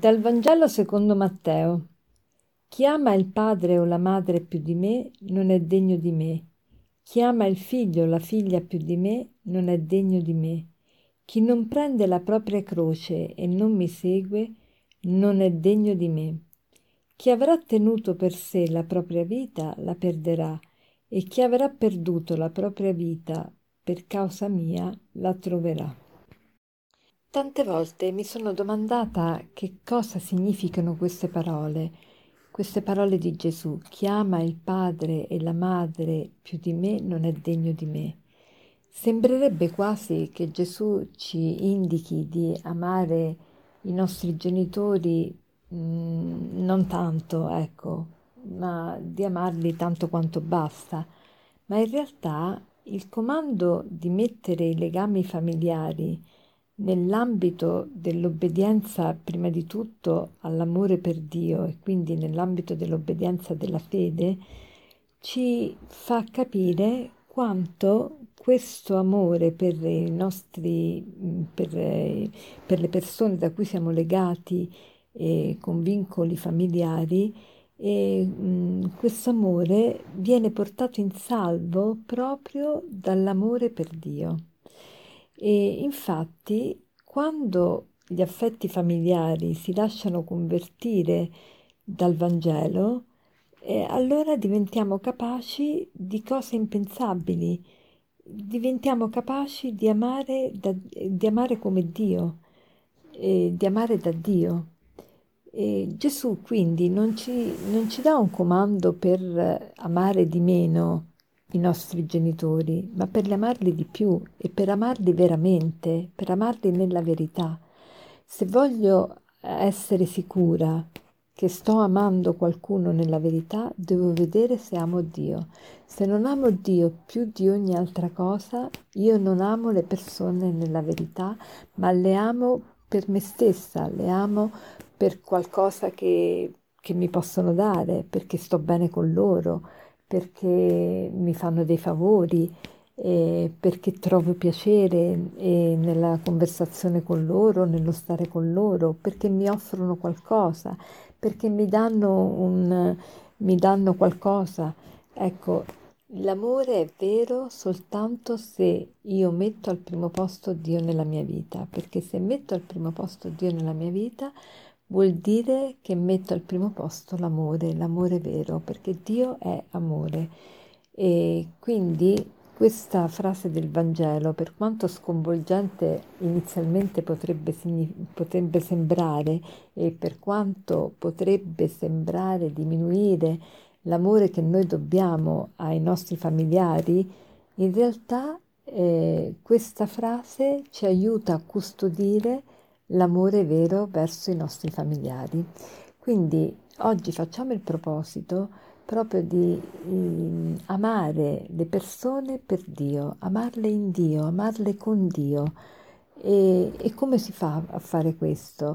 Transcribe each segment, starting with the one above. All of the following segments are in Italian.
Dal Vangelo secondo Matteo. Chi ama il padre o la madre più di me non è degno di me. Chi ama il figlio o la figlia più di me non è degno di me. Chi non prende la propria croce e non mi segue non è degno di me. Chi avrà tenuto per sé la propria vita la perderà, e chi avrà perduto la propria vita per causa mia la troverà. Tante volte mi sono domandata che cosa significano queste parole di Gesù. Chi ama il padre e la madre più di me non è degno di me. Sembrerebbe quasi che Gesù ci indichi di amare i nostri genitori non tanto, ecco, ma di amarli tanto quanto basta. Ma in realtà il comando di mettere i legami familiari nell'ambito dell'obbedienza prima di tutto all'amore per Dio e quindi nell'ambito dell'obbedienza della fede, ci fa capire quanto questo amore per i nostri, per le persone da cui siamo legati con vincoli familiari, questo amore viene portato in salvo proprio dall'amore per Dio. E infatti, quando gli affetti familiari si lasciano convertire dal Vangelo, allora diventiamo capaci di cose impensabili, diventiamo capaci di amare come Dio, di amare da Dio. E Gesù quindi non ci dà un comando per amare di meno i nostri genitori, ma per amarli di più e per amarli veramente, per amarli nella verità. Se voglio essere sicura che sto amando qualcuno nella verità, devo vedere se amo Dio. Se non amo Dio più di ogni altra cosa, io non amo le persone nella verità, ma le amo per me stessa, le amo per qualcosa che mi possono dare, perché sto bene con loro, perché mi fanno dei favori, perché trovo piacere nella conversazione con loro, nello stare con loro, perché mi offrono qualcosa, perché mi danno qualcosa. Ecco, l'amore è vero soltanto se io metto al primo posto Dio nella mia vita, perché se metto al primo posto Dio nella mia vita vuol dire che metto al primo posto l'amore vero, perché Dio è amore. E quindi questa frase del Vangelo, per quanto sconvolgente inizialmente potrebbe sembrare, e per quanto potrebbe sembrare diminuire l'amore che noi dobbiamo ai nostri familiari, in realtà questa frase ci aiuta a custodire l'amore vero verso i nostri familiari. Quindi oggi facciamo il proposito proprio di amare le persone per Dio, amarle in Dio, amarle con Dio. E come si fa a fare questo?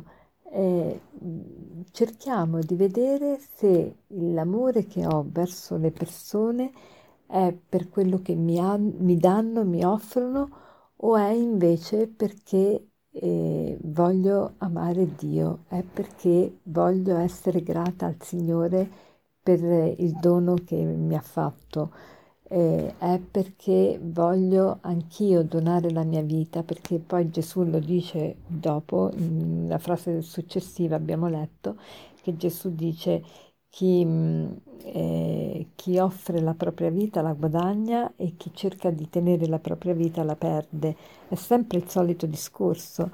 Cerchiamo di vedere se l'amore che ho verso le persone è per quello che mi danno, mi offrono, o è invece perché voglio amare Dio, è perché voglio essere grata al Signore per il dono che mi ha fatto, è perché voglio anch'io donare la mia vita, perché poi Gesù lo dice dopo, nella frase successiva abbiamo letto, che Gesù dice chi offre la propria vita la guadagna e chi cerca di tenere la propria vita la perde. È sempre il solito discorso.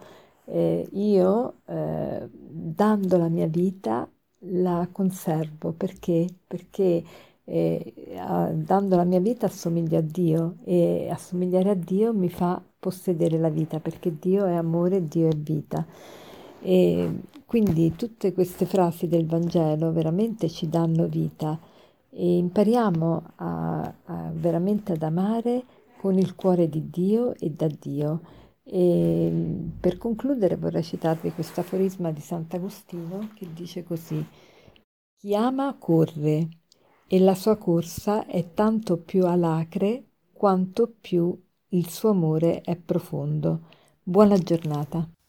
Io dando la mia vita la conservo perché dando la mia vita assomiglio a Dio e assomigliare a Dio mi fa possedere la vita perché Dio è amore, Dio è vita. E quindi tutte queste frasi del Vangelo veramente ci danno vita e impariamo veramente ad amare con il cuore di Dio e da Dio. E per concludere vorrei citarvi questo aforisma di Sant'Agostino che dice così: chi ama corre e la sua corsa è tanto più alacre quanto più il suo amore è profondo. Buona giornata.